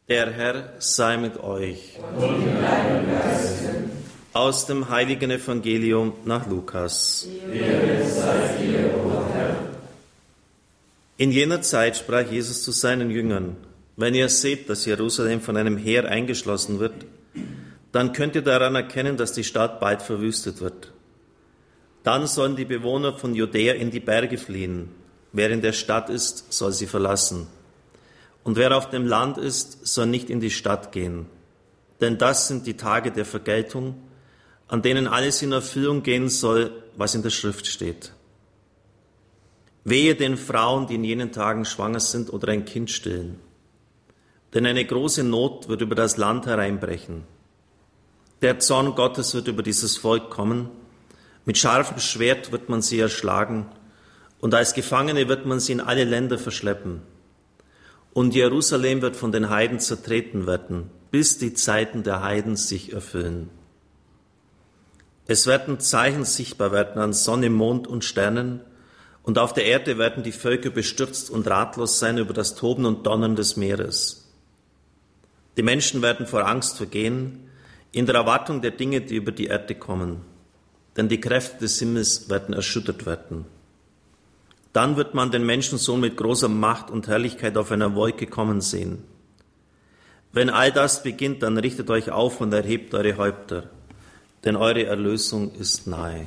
Der Herr sei mit euch. Und mit deinem Geiste. Aus dem heiligen Evangelium nach Lukas. Ehre sei dir, o Herr. In jener Zeit sprach Jesus zu seinen Jüngern: Wenn ihr seht, dass Jerusalem von einem Heer eingeschlossen wird, dann könnt ihr daran erkennen, dass die Stadt bald verwüstet wird. Dann sollen die Bewohner von Judäa in die Berge fliehen. Wer in der Stadt ist, soll sie verlassen. Und wer auf dem Land ist, soll nicht in die Stadt gehen. Denn das sind die Tage der Vergeltung, an denen alles in Erfüllung gehen soll, was in der Schrift steht. Wehe den Frauen, die in jenen Tagen schwanger sind oder ein Kind stillen. Denn eine große Not wird über das Land hereinbrechen. Der Zorn Gottes wird über dieses Volk kommen. Mit scharfem Schwert wird man sie erschlagen, und als Gefangene wird man sie in alle Länder verschleppen. Und Jerusalem wird von den Heiden zertreten werden, bis die Zeiten der Heiden sich erfüllen. Es werden Zeichen sichtbar werden an Sonne, Mond und Sternen, und auf der Erde werden die Völker bestürzt und ratlos sein über das Toben und Donnern des Meeres. Die Menschen werden vor Angst vergehen, in der Erwartung der Dinge, die über die Erde kommen. Denn die Kräfte des Himmels werden erschüttert werden. Dann wird man den Menschensohn mit großer Macht und Herrlichkeit auf einer Wolke kommen sehen. Wenn all das beginnt, dann richtet euch auf und erhebt eure Häupter, denn eure Erlösung ist nahe.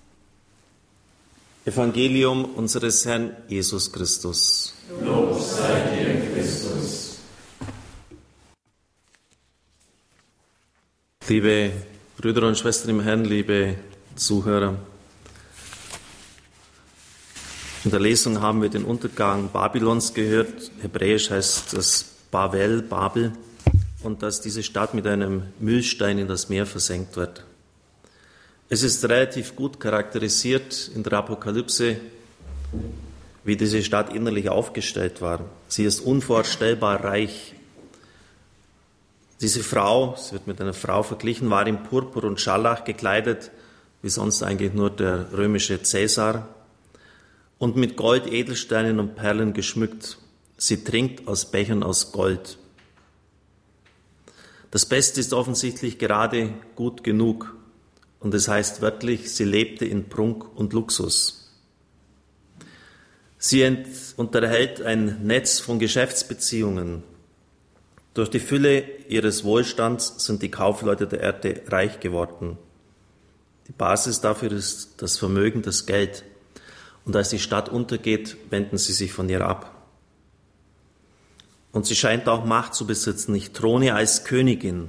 Evangelium unseres Herrn Jesus Christus. Lob sei dir, Christus. Liebe Brüder und Schwestern im Herrn, liebe Zuhörer, in der Lesung haben wir den Untergang Babylons gehört. Hebräisch heißt das Babel, und dass diese Stadt mit einem Mühlstein in das Meer versenkt wird. Es ist relativ gut charakterisiert in der Apokalypse, wie diese Stadt innerlich aufgestellt war. Sie ist unvorstellbar reich. Diese Frau, sie wird mit einer Frau verglichen, war in Purpur und Scharlach gekleidet, wie sonst eigentlich nur der römische Cäsar, und mit Gold, Edelsteinen und Perlen geschmückt. Sie trinkt aus Bechern aus Gold. Das Beste ist offensichtlich gerade gut genug. Und es heißt wörtlich, sie lebte in Prunk und Luxus. Sie unterhält ein Netz von Geschäftsbeziehungen. Durch die Fülle ihres Wohlstands sind die Kaufleute der Erde reich geworden. Die Basis dafür ist das Vermögen, das Geld. Und als die Stadt untergeht, wenden sie sich von ihr ab. Und sie scheint auch Macht zu besitzen. Ich throne als Königin.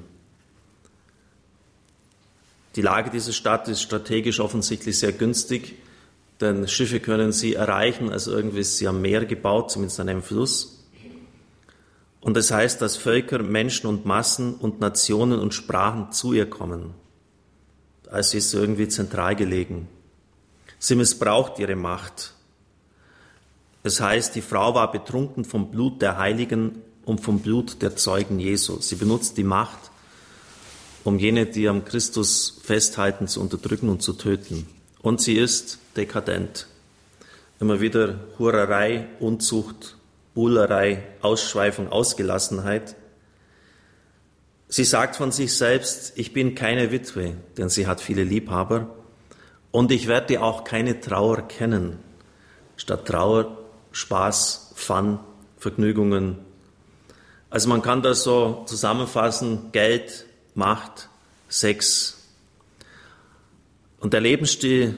Die Lage dieser Stadt ist strategisch offensichtlich sehr günstig, denn Schiffe können sie erreichen, also irgendwie ist sie am Meer gebaut, zumindest an einem Fluss. Und das heißt, dass Völker, Menschen und Massen und Nationen und Sprachen zu ihr kommen. Also ist sie irgendwie zentral gelegen. Sie missbraucht ihre Macht. Das heißt, die Frau war betrunken vom Blut der Heiligen und vom Blut der Zeugen Jesu. Sie benutzt die Macht, um jene, die am Christus festhalten, zu unterdrücken und zu töten. Und sie ist dekadent. Immer wieder Hurerei, Unzucht, Buhlerei, Ausschweifung, Ausgelassenheit. Sie sagt von sich selbst, ich bin keine Witwe, denn sie hat viele Liebhaber. Und ich werde auch keine Trauer kennen. Statt Trauer, Spaß, Fun, Vergnügungen. Also man kann das so zusammenfassen, Geld, Macht, Sex. Und der Lebensstil,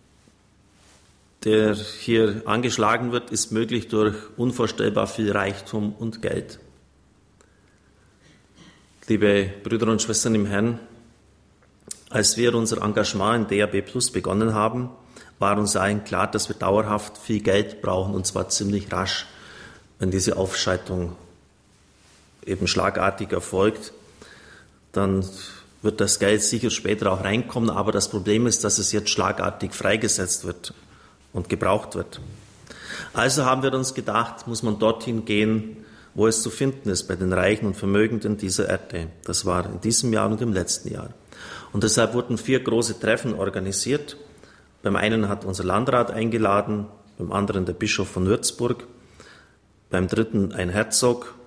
der hier angeschlagen wird, ist möglich durch unvorstellbar viel Reichtum und Geld. Liebe Brüder und Schwestern im Herrn, als wir unser Engagement in DAB+ begonnen haben, war uns allen klar, dass wir dauerhaft viel Geld brauchen, und zwar ziemlich rasch, wenn diese Aufschaltung eben schlagartig erfolgt. Dann wird das Geld sicher später auch reinkommen, aber das Problem ist, dass es jetzt schlagartig freigesetzt wird und gebraucht wird. Also haben wir uns gedacht, muss man dorthin gehen, wo es zu finden ist, bei den Reichen und Vermögenden dieser Erde. Das war in diesem Jahr und im letzten Jahr. Und deshalb wurden 4 große Treffen organisiert. Beim einen hat unser Landrat eingeladen, beim anderen der Bischof von Würzburg, beim dritten ein Herzog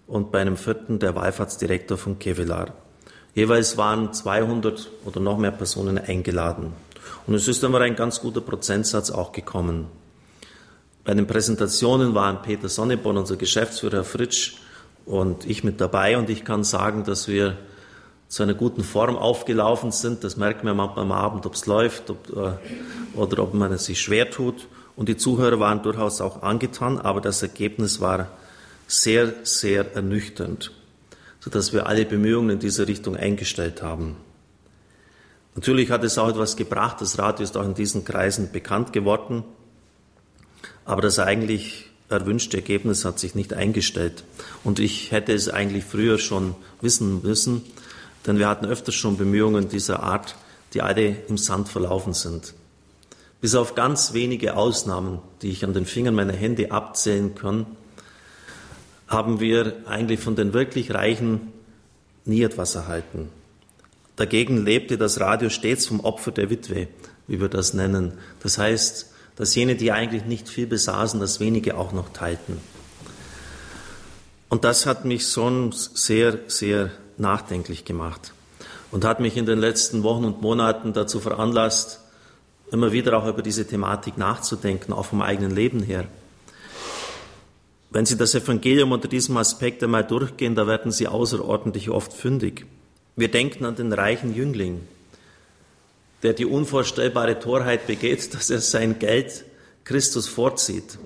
und bei einem vierten der Wallfahrtsdirektor von Kevelaar. Jeweils waren 200 oder noch mehr Personen eingeladen. Und es ist einmal ein ganz guter Prozentsatz auch gekommen. Bei den Präsentationen waren Peter Sonneborn, unser Geschäftsführer, Herr Fritsch und ich mit dabei. Und ich kann sagen, dass wir zu einer guten Form aufgelaufen sind. Das merkt man manchmal am Abend, ob es läuft oder ob man es sich schwer tut. Und die Zuhörer waren durchaus auch angetan, aber das Ergebnis war sehr, sehr ernüchternd, sodass wir alle Bemühungen in diese Richtung eingestellt haben. Natürlich hat es auch etwas gebracht, das Radio ist auch in diesen Kreisen bekannt geworden, aber das eigentlich erwünschte Ergebnis hat sich nicht eingestellt. Und ich hätte es eigentlich früher schon wissen müssen, denn wir hatten öfters schon Bemühungen dieser Art, die alle im Sand verlaufen sind. Bis auf ganz wenige Ausnahmen, die ich an den Fingern meiner Hände abzählen kann, haben wir eigentlich von den wirklich Reichen nie etwas erhalten. Dagegen lebte das Radio stets vom Opfer der Witwe, wie wir das nennen. Das heißt, dass jene, die eigentlich nicht viel besaßen, das wenige auch noch teilten. Und das hat mich schon sehr, sehr nachdenklich gemacht und hat mich in den letzten Wochen und Monaten dazu veranlasst, immer wieder auch über diese Thematik nachzudenken, auch vom eigenen Leben her. Wenn Sie das Evangelium unter diesem Aspekt einmal durchgehen, da werden Sie außerordentlich oft fündig. Wir denken an den reichen Jüngling, der die unvorstellbare Torheit begeht, dass er sein Geld Christus vorzieht.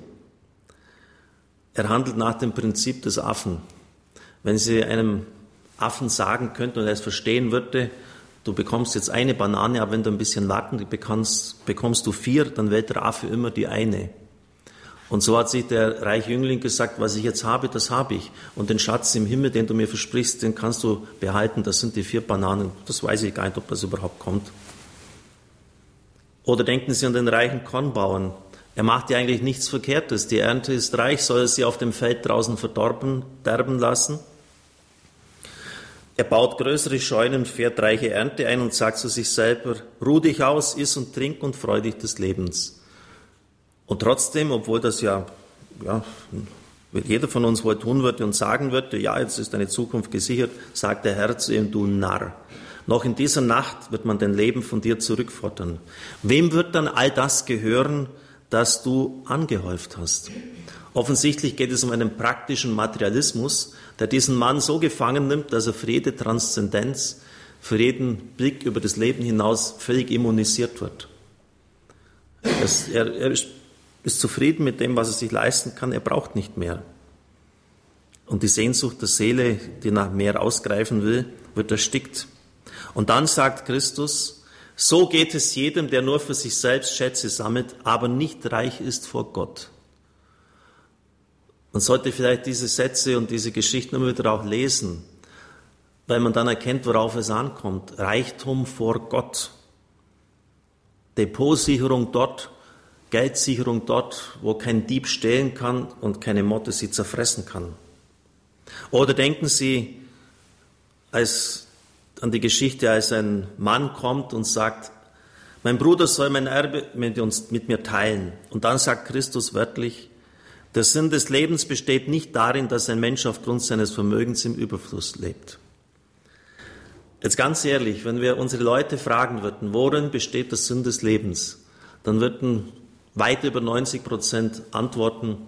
Er handelt nach dem Prinzip des Affen. Wenn Sie einem Affen sagen könnten und er es verstehen würde, du bekommst jetzt eine Banane, aber wenn du ein bisschen warten bekommst du 4, dann wählt der Affe immer die eine. Und so hat sich der reiche Jüngling gesagt, was ich jetzt habe, das habe ich. Und den Schatz im Himmel, den du mir versprichst, den kannst du behalten, das sind die 4 Bananen. Das weiß ich gar nicht, ob das überhaupt kommt. Oder denken Sie an den reichen Kornbauern. Er macht ja eigentlich nichts Verkehrtes. Die Ernte ist reich, soll er sie auf dem Feld draußen verderben lassen? Er baut größere Scheunen, fährt reiche Ernte ein und sagt zu sich selber, ruh dich aus, iss und trink und freu dich des Lebens. Und trotzdem, obwohl das ja jeder von uns wohl tun würde und sagen würde, ja, jetzt ist deine Zukunft gesichert, sagt der Herr zu ihm, du Narr. Noch in dieser Nacht wird man dein Leben von dir zurückfordern. Wem wird dann all das gehören, das du angehäuft hast? Offensichtlich geht es um einen praktischen Materialismus, der diesen Mann so gefangen nimmt, dass er für jede Transzendenz, für jeden Blick über das Leben hinaus völlig immunisiert wird. Er ist zufrieden mit dem, was er sich leisten kann, er braucht nicht mehr. Und die Sehnsucht der Seele, die nach mehr ausgreifen will, wird erstickt. Und dann sagt Christus, so geht es jedem, der nur für sich selbst Schätze sammelt, aber nicht reich ist vor Gott. Man sollte vielleicht diese Sätze und diese Geschichten immer wieder auch lesen, weil man dann erkennt, worauf es ankommt. Reichtum vor Gott. Depotsicherung dort, Geldsicherung dort, wo kein Dieb stehlen kann und keine Motte sie zerfressen kann. Oder denken Sie an die Geschichte, als ein Mann kommt und sagt, mein Bruder soll mein Erbe mit mir teilen. Und dann sagt Christus wörtlich, der Sinn des Lebens besteht nicht darin, dass ein Mensch aufgrund seines Vermögens im Überfluss lebt. Jetzt ganz ehrlich, wenn wir unsere Leute fragen würden, worin besteht der Sinn des Lebens, dann würden weit über 90% antworten,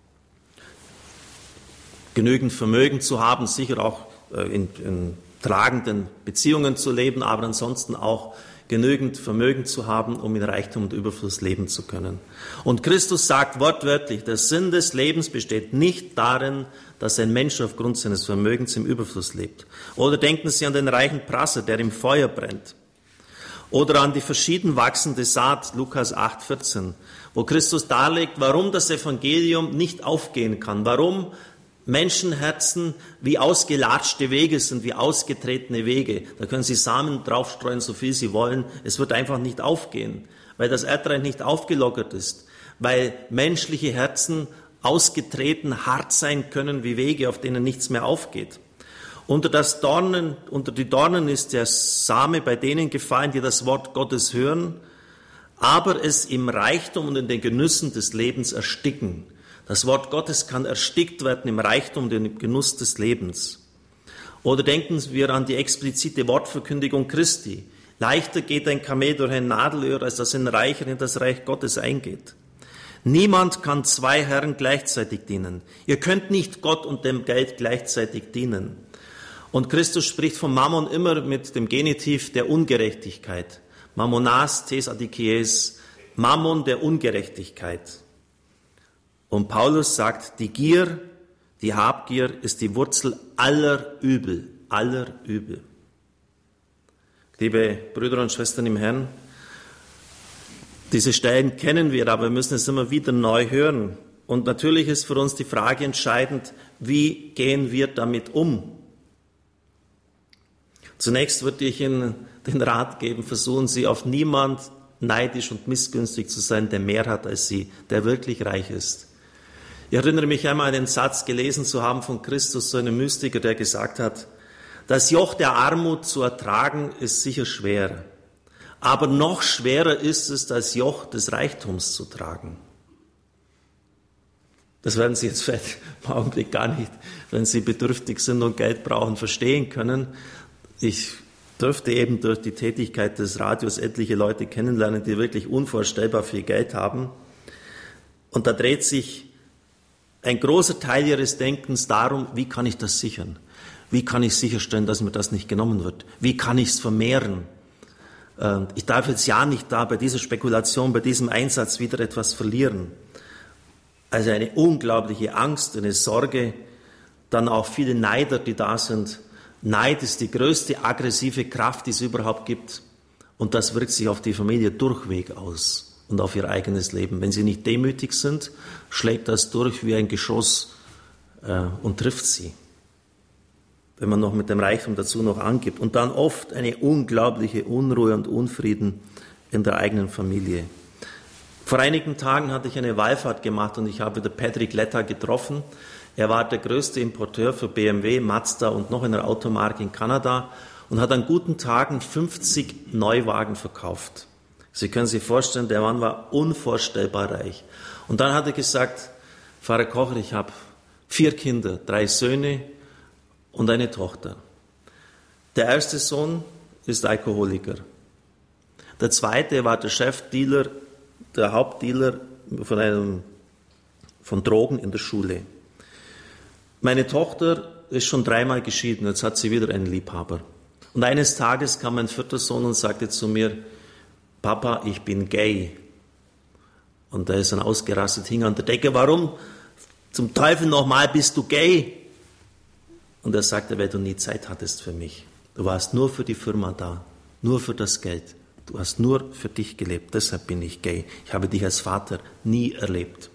genügend Vermögen zu haben, sicher auch in tragenden Beziehungen zu leben, aber ansonsten auch genügend Vermögen zu haben, um in Reichtum und Überfluss leben zu können. Und Christus sagt wortwörtlich, der Sinn des Lebens besteht nicht darin, dass ein Mensch aufgrund seines Vermögens im Überfluss lebt. Oder denken Sie an den reichen Prasser, der im Feuer brennt. Oder an die verschieden wachsende Saat, Lukas 8,14, wo Christus darlegt, warum das Evangelium nicht aufgehen kann, warum Menschenherzen wie ausgelatschte Wege sind, wie ausgetretene Wege. Da können Sie Samen draufstreuen, so viel Sie wollen. Es wird einfach nicht aufgehen, weil das Erdreich nicht aufgelockert ist, weil menschliche Herzen ausgetreten hart sein können wie Wege, auf denen nichts mehr aufgeht. Unter die Dornen ist der Same bei denen gefallen, die das Wort Gottes hören, aber es im Reichtum und in den Genüssen des Lebens ersticken. Das Wort Gottes kann erstickt werden im Reichtum, dem Genuss des Lebens. Oder denken wir an die explizite Wortverkündigung Christi. Leichter geht ein Kamel durch ein Nadelöhr, als dass ein Reicher in das Reich Gottes eingeht. Niemand kann zwei Herren gleichzeitig dienen. Ihr könnt nicht Gott und dem Geld gleichzeitig dienen. Und Christus spricht von Mammon immer mit dem Genitiv der Ungerechtigkeit. Mammonas tes adikies, Mammon der Ungerechtigkeit. Und Paulus sagt, die Gier, die Habgier ist die Wurzel aller Übel, aller Übel. Liebe Brüder und Schwestern im Herrn, diese Stellen kennen wir, aber wir müssen es immer wieder neu hören. Und natürlich ist für uns die Frage entscheidend, wie gehen wir damit um? Zunächst würde ich Ihnen den Rat geben, versuchen Sie auf niemand neidisch und missgünstig zu sein, der mehr hat als Sie, der wirklich reich ist. Ich erinnere mich einmal an einen Satz gelesen zu haben von Christus, so einem Mystiker, der gesagt hat, das Joch der Armut zu ertragen ist sicher schwer, aber noch schwerer ist es, das Joch des Reichtums zu tragen. Das werden Sie jetzt vielleicht im Augenblick gar nicht, wenn Sie bedürftig sind und Geld brauchen, verstehen können. Ich dürfte eben durch die Tätigkeit des Radios etliche Leute kennenlernen, die wirklich unvorstellbar viel Geld haben. Und da dreht sich ein großer Teil ihres Denkens darum, wie kann ich das sichern? Wie kann ich sicherstellen, dass mir das nicht genommen wird? Wie kann ich es vermehren? Ich darf jetzt ja nicht da bei dieser Spekulation, bei diesem Einsatz wieder etwas verlieren. Also eine unglaubliche Angst, eine Sorge, dann auch viele Neider, die da sind. Neid ist die größte aggressive Kraft, die es überhaupt gibt. Und das wirkt sich auf die Familie durchweg aus und auf ihr eigenes Leben. Wenn sie nicht demütig sind, schlägt das durch wie ein Geschoss und trifft sie. Wenn man noch mit dem Reichtum dazu noch angibt. Und dann oft eine unglaubliche Unruhe und Unfrieden in der eigenen Familie. Vor einigen Tagen hatte ich eine Wallfahrt gemacht und ich habe den Patrick Letta getroffen. Er war der größte Importeur für BMW, Mazda und noch eine Automarke in Kanada und hat an guten Tagen 50 Neuwagen verkauft. Sie können sich vorstellen, der Mann war unvorstellbar reich. Und dann hat er gesagt, Pfarrer Kocher, ich habe 4 Kinder, 3 Söhne und eine Tochter. Der erste Sohn ist Alkoholiker. Der zweite war der Chefdealer, der Hauptdealer von Drogen in der Schule. Meine Tochter ist schon 3-mal geschieden, jetzt hat sie wieder einen Liebhaber. Und eines Tages kam mein 4. Sohn und sagte zu mir, Papa, ich bin gay. Und er ist dann ausgerastet, hing an der Decke, warum zum Teufel nochmal bist du gay? Und er sagte, weil du nie Zeit hattest für mich. Du warst nur für die Firma da, nur für das Geld. Du hast nur für dich gelebt, deshalb bin ich gay. Ich habe dich als Vater nie erlebt.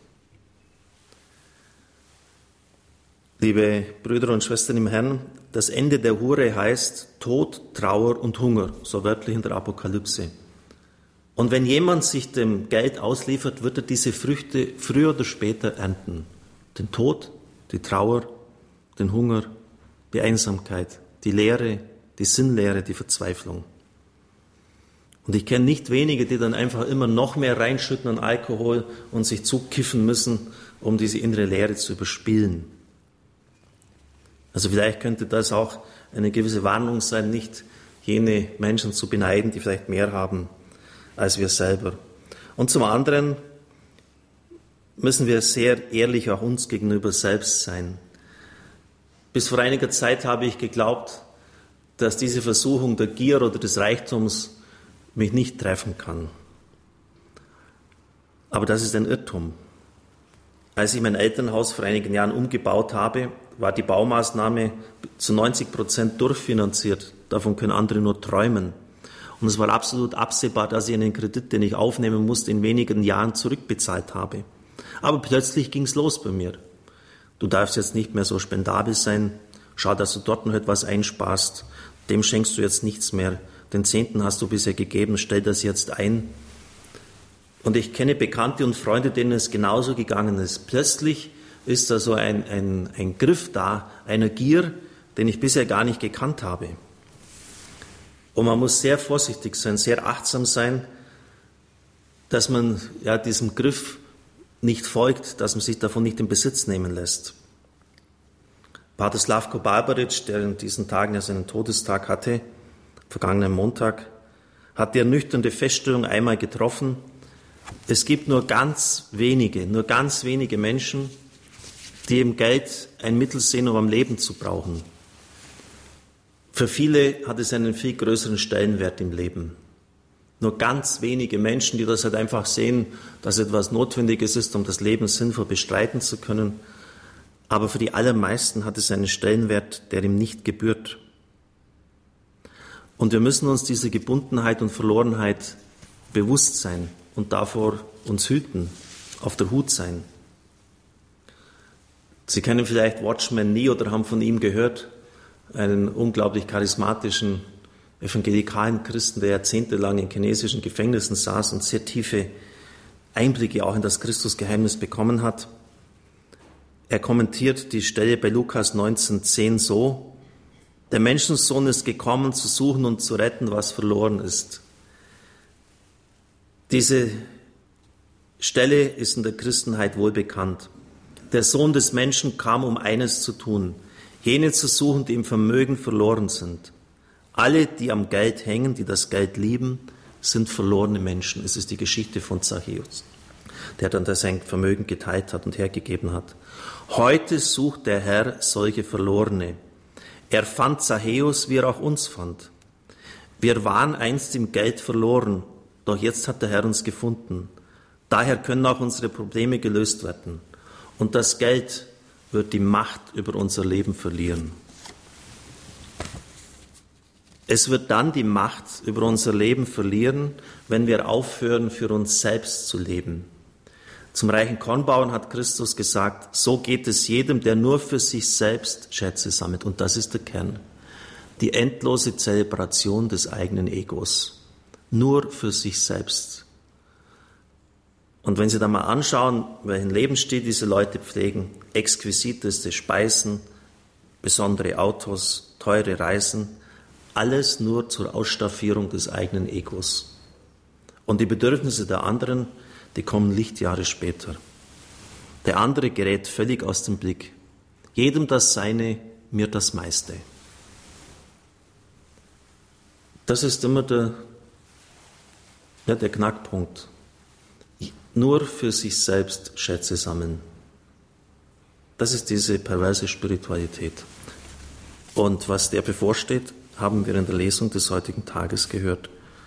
Liebe Brüder und Schwestern im Herrn, das Ende der Hure heißt Tod, Trauer und Hunger, so wörtlich in der Apokalypse. Und wenn jemand sich dem Geld ausliefert, wird er diese Früchte früher oder später ernten. Den Tod, die Trauer, den Hunger, die Einsamkeit, die Leere, die Sinnleere, die Verzweiflung. Und ich kenne nicht wenige, die dann einfach immer noch mehr reinschütten an Alkohol und sich zukiffen müssen, um diese innere Leere zu überspielen. Also vielleicht könnte das auch eine gewisse Warnung sein, nicht jene Menschen zu beneiden, die vielleicht mehr haben als wir selber. Und zum anderen müssen wir sehr ehrlich auch uns gegenüber selbst sein. Bis vor einiger Zeit habe ich geglaubt, dass diese Versuchung der Gier oder des Reichtums mich nicht treffen kann. Aber das ist ein Irrtum. Als ich mein Elternhaus vor einigen Jahren umgebaut habe, war die Baumaßnahme zu 90% durchfinanziert. Davon können andere nur träumen. Und es war absolut absehbar, dass ich einen Kredit, den ich aufnehmen musste, in wenigen Jahren zurückbezahlt habe. Aber plötzlich ging es los bei mir. Du darfst jetzt nicht mehr so spendabel sein. Schau, dass du dort noch etwas einsparst. Dem schenkst du jetzt nichts mehr. Den 10. hast du bisher gegeben, stell das jetzt ein. Und ich kenne Bekannte und Freunde, denen es genauso gegangen ist. Plötzlich ist da so ein Griff da, einer Gier, den ich bisher gar nicht gekannt habe. Und man muss sehr vorsichtig sein, sehr achtsam sein, dass man ja diesem Griff nicht folgt, dass man sich davon nicht in Besitz nehmen lässt. Pater Slavko Barbaric, der in diesen Tagen ja seinen Todestag hatte, vergangenen Montag, hat die ernüchternde Feststellung einmal getroffen: Es gibt nur ganz wenige Menschen, die im Geld ein Mittel sehen, um am Leben zu brauchen. Für viele hat es einen viel größeren Stellenwert im Leben. Nur ganz wenige Menschen, die das halt einfach sehen, dass etwas Notwendiges ist, um das Leben sinnvoll bestreiten zu können. Aber für die allermeisten hat es einen Stellenwert, der ihm nicht gebührt. Und wir müssen uns dieser Gebundenheit und Verlorenheit bewusst sein und davor uns hüten, auf der Hut sein. Sie kennen vielleicht Watchman Nee oder haben von ihm gehört, einen unglaublich charismatischen evangelikalen Christen, der jahrzehntelang in chinesischen Gefängnissen saß und sehr tiefe Einblicke auch in das Christusgeheimnis bekommen hat. Er kommentiert die Stelle bei Lukas 19,10 so: Der Menschensohn ist gekommen, zu suchen und zu retten, was verloren ist. Diese Stelle ist in der Christenheit wohl bekannt. Der Sohn des Menschen kam, um eines zu tun: jene zu suchen, die im Vermögen verloren sind. Alle, die am Geld hängen, die das Geld lieben, sind verlorene Menschen. Es ist die Geschichte von Zachäus, der dann sein Vermögen geteilt hat und hergegeben hat. Heute sucht der Herr solche Verlorene. Er fand Zachäus, wie er auch uns fand. Wir waren einst im Geld verloren, doch jetzt hat der Herr uns gefunden. Daher können auch unsere Probleme gelöst werden. Und das Geld wird die Macht über unser Leben verlieren. Es wird dann die Macht über unser Leben verlieren, wenn wir aufhören, für uns selbst zu leben. Zum reichen Kornbauern hat Christus gesagt: So geht es jedem, der nur für sich selbst Schätze sammelt. Und das ist der Kern. Die endlose Zelebration des eigenen Egos. Nur für sich selbst. Und wenn Sie da mal anschauen, welchen Lebensstil diese Leute pflegen: exquisiteste Speisen, besondere Autos, teure Reisen, alles nur zur Ausstaffierung des eigenen Egos. Und die Bedürfnisse der anderen, die kommen Lichtjahre später. Der andere gerät völlig aus dem Blick. Jedem das Seine, mir das meiste. Das ist immer der Knackpunkt. Nur für sich selbst Schätze sammeln. Das ist diese perverse Spiritualität. Und was der bevorsteht, haben wir in der Lesung des heutigen Tages gehört.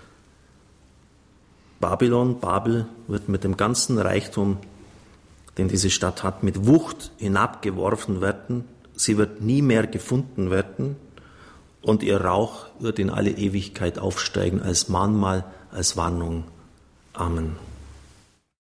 Babel, wird mit dem ganzen Reichtum, den diese Stadt hat, mit Wucht hinabgeworfen werden. Sie wird nie mehr gefunden werden und ihr Rauch wird in alle Ewigkeit aufsteigen als Mahnmal, als Warnung. Amen.